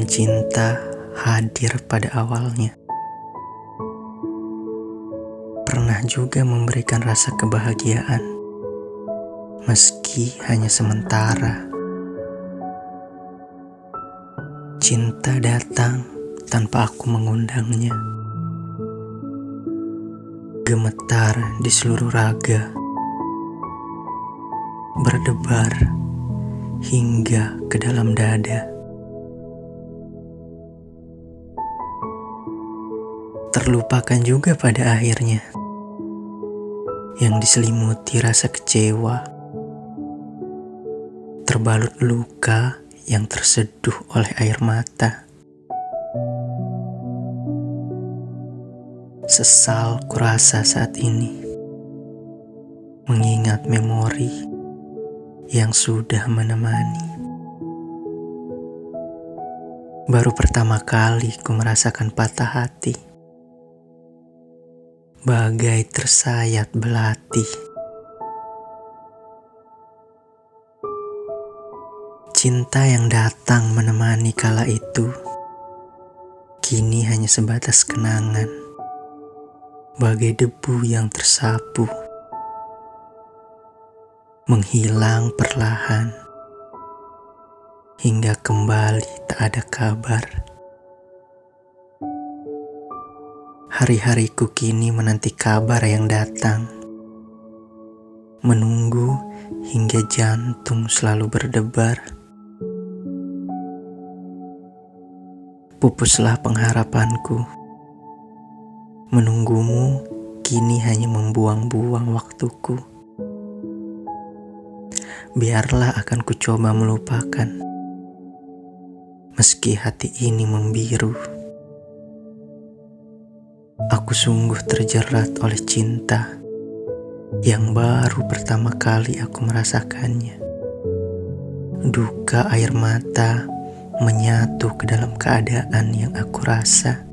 Kehadiran cinta hadir pada awalnya. Pernah juga memberikan rasa kebahagiaan, meski hanya sementara. Cinta datang tanpa aku mengundangnya. Gemetar di seluruh raga, berdebar hingga ke dalam dada. Terlupakan juga pada akhirnya, yang diselimuti rasa kecewa, terbalut luka yang terseduh oleh air mata. Sesal kurasa saat ini, mengingat memori yang sudah menemani. Baru pertama kali ku merasakan patah hati, bagai tersayat belati. Cinta yang datang menemani kala itu, kini hanya sebatas kenangan, bagai debu yang tersapu, menghilang perlahan, hingga kembali tak ada kabar. Hari-hariku kini menanti kabar yang datang, menunggu hingga jantung selalu berdebar. Pupuslah pengharapanku, menunggumu kini hanya membuang-buang waktuku. Biarlah akan ku coba melupakan, meski hati ini membiru. Aku sungguh terjerat oleh cinta yang baru pertama kali aku merasakannya. Duka air mata menyatu ke dalam keadaan yang aku rasa.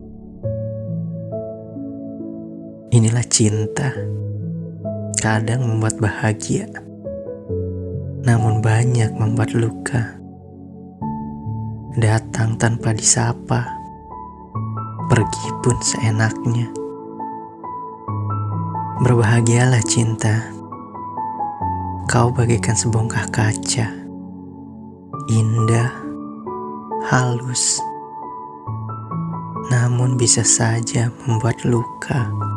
Inilah cinta, kadang membuat bahagia, namun banyak membuat luka. Datang tanpa disapa, pergi pun seenaknya. Berbahagialah cinta, kau bagaikan sebongkah kaca, indah, halus, namun bisa saja membuat luka.